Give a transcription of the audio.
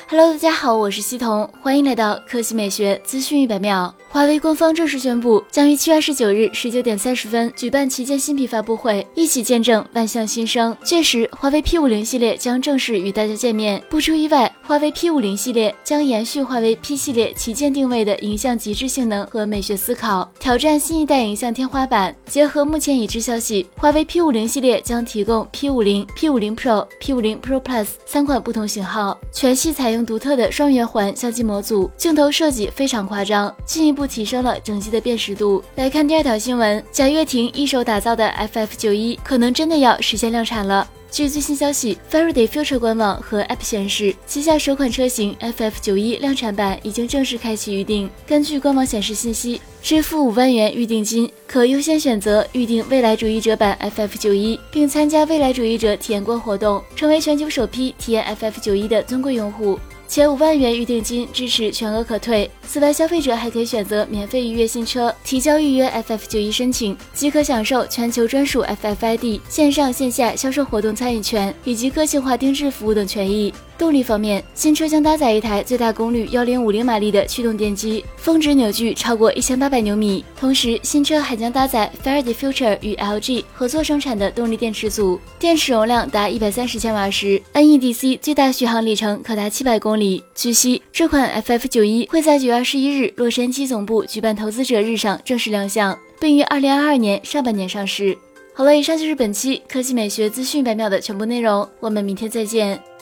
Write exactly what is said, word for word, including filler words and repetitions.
Hello， 大家好，我是西彤，欢迎来到科技美学资讯一百秒。华为官方正式宣布，将于七月二十九日十九点三十分举办旗舰新品发布会，一起见证万象新生。届时，华为 P 五十 系列将正式与大家见面。不出意外，华为 P 五十 系列将延续华为 P 系列旗舰定位的影像极致性能和美学思考，挑战新一代影像天花板。结合目前已知消息，华为 P 五十 系列将提供 P 五十、P 五十 Pro、P 五十 Pro Plus 三款不同型号，全系采用独特的双圆环相机模组，镜头设计非常夸张，进一步提升了整机的辨识度。来看第二条新闻，贾跃亭一手打造的 F F 九十一 可能真的要实现量产了。据最新消息 Faraday Future 官网和 App 显示，旗下首款车型 F F 九十一 量产版已经正式开启预定。根据官网显示信息，支付五万元预定金，可优先选择预定未来主义者版 F F 九十一，并参加未来主义者体验官活动，成为全球首批体验 F F 九十一的尊贵用户。且五万元预定金支持全额可退。此外，消费者还可以选择免费预约新车，提交预约 F F 九十一申请，即可享受全球专属 F F I D、线上线下销售活动参与权以及个性化定制服务等权益。动力方面，新车将搭载一台最大功率一零五零马力的驱动电机，峰值扭矩超过一千八百牛米。同时，新车还将搭载 Faraday Future 与 L G 合作生产的动力电池组，电池容量达一百三十千瓦时 ，N E D C 最大续航里程可达七百公里。据悉，这款 F F 九十一会在九月二十一日洛杉矶总部举办投资者日上正式亮相，并于二零二二年上半年上市。好了，以上就是本期科技美学资讯一百秒的全部内容，我们明天再见。